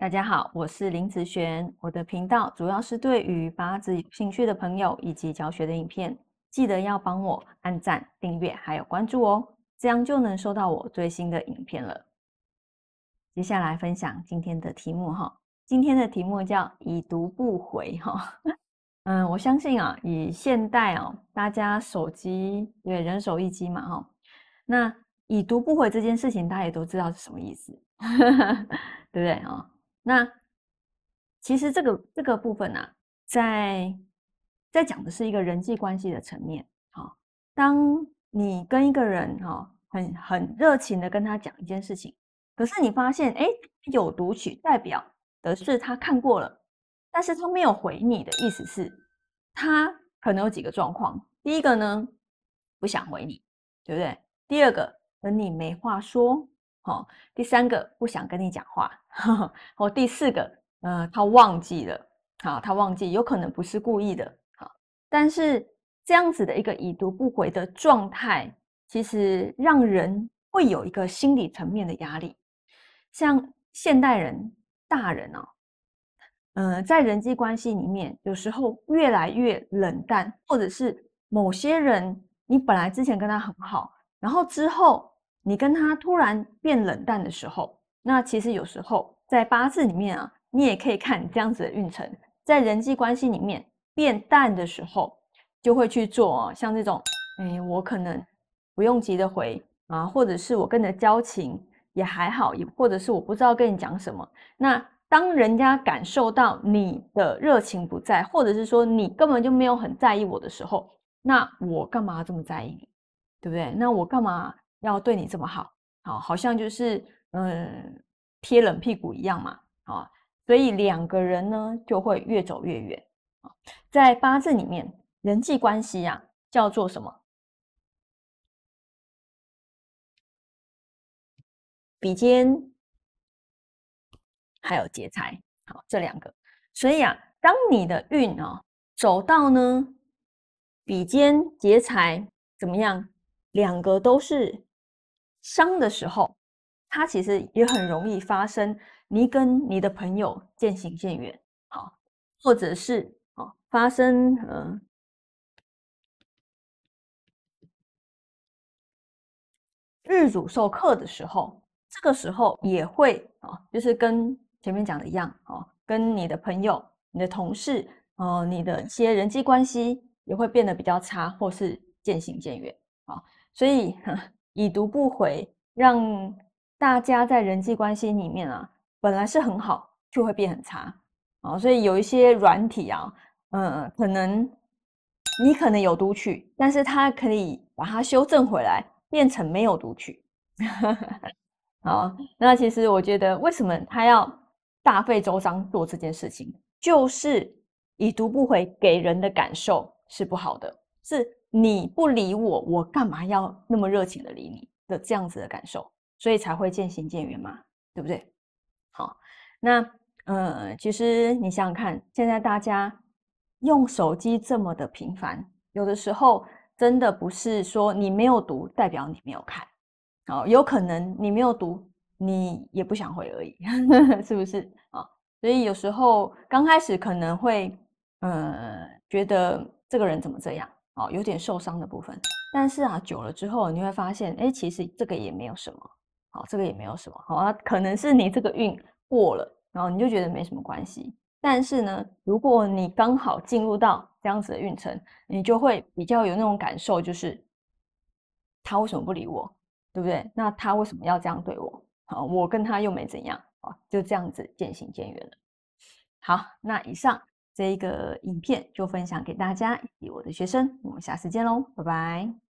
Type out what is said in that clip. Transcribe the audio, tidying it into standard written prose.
大家好，我是林子璇。我的频道主要是对于八字有兴趣的朋友以及教学的影片，记得要帮我按赞、订阅还有关注哦，这样就能收到我最新的影片了。接下来分享今天的题目哈，今天的题目叫已读不回哈。我相信啊，以现代大家手机对人手一机嘛哈，那已读不回这件事情，大家也都知道是什么意思，对不对啊？那其实这个部分啊，在讲的是一个人际关系的层面。好，当你跟一个人很热情的跟他讲一件事情，可是你发现有读取代表的是他看过了，但是他没有回你的意思是，他可能有几个状况。第一个呢，不想回你，对不对？第二个，跟你没话说。好，第三个不想跟你讲话，哦，第四个，他忘记了，好，他忘记，有可能不是故意的，好，但是这样子的一个已读不回的状态，其实让人会有一个心理层面的压力。像现代人、大人在人际关系里面，有时候越来越冷淡，或者是某些人，你本来之前跟他很好，然后之后你跟他突然变冷淡的时候，那其实有时候在八字里面啊，你也可以看这样子的运程，在人际关系里面变淡的时候，就会去做像这种，我可能不用急着回啊，或者是我跟你的交情也还好，也或者是我不知道跟你讲什么。那当人家感受到你的热情不在，或者是说你根本就没有很在意我的时候，那我干嘛这么在意你，对不对？那我干嘛要对你这么好？好像就是贴冷屁股一样嘛，所以两个人呢就会越走越远。在八字里面，人际关系啊叫做什么？比肩还有劫财，好，这两个。所以啊，当你的运走到呢比肩劫财怎么样，两个都是伤的时候，它其实也很容易发生你跟你的朋友渐行渐远，好，或者是发生日主受克的时候，这个时候也会就是跟前面讲的一样跟你的朋友、你的同事你的一些人际关系也会变得比较差，或是渐行渐远所以已读不回，让大家在人际关系里面本来是很好，就会变很差所以有一些软体可能你可能有读取，但是它可以把它修正回来，变成没有读取。好，那其实我觉得，为什么他要大费周章做这件事情，就是已读不回，给人的感受是不好的，是你不理我，我干嘛要那么热情的理你的这样子的感受，所以才会渐行渐远嘛，对不对？好，那其实你想想看，现在大家用手机这么的频繁，有的时候真的不是说你没有读，代表你没有看，有可能你没有读，你也不想回而已，是不是所以有时候刚开始可能会觉得这个人怎么这样有点受伤的部分，但是久了之后你会发现，其实这个也没有什么。好，这个也没有什么，好可能是你这个运过了，然后你就觉得没什么关系。但是呢，如果你刚好进入到这样子的运程，你就会比较有那种感受，就是他为什么不理我，对不对？那他为什么要这样对我？好，我跟他又没怎样就这样子渐行渐远了。好，那以上这一个影片就分享给大家以及我的学生，我们下次见喽，拜拜。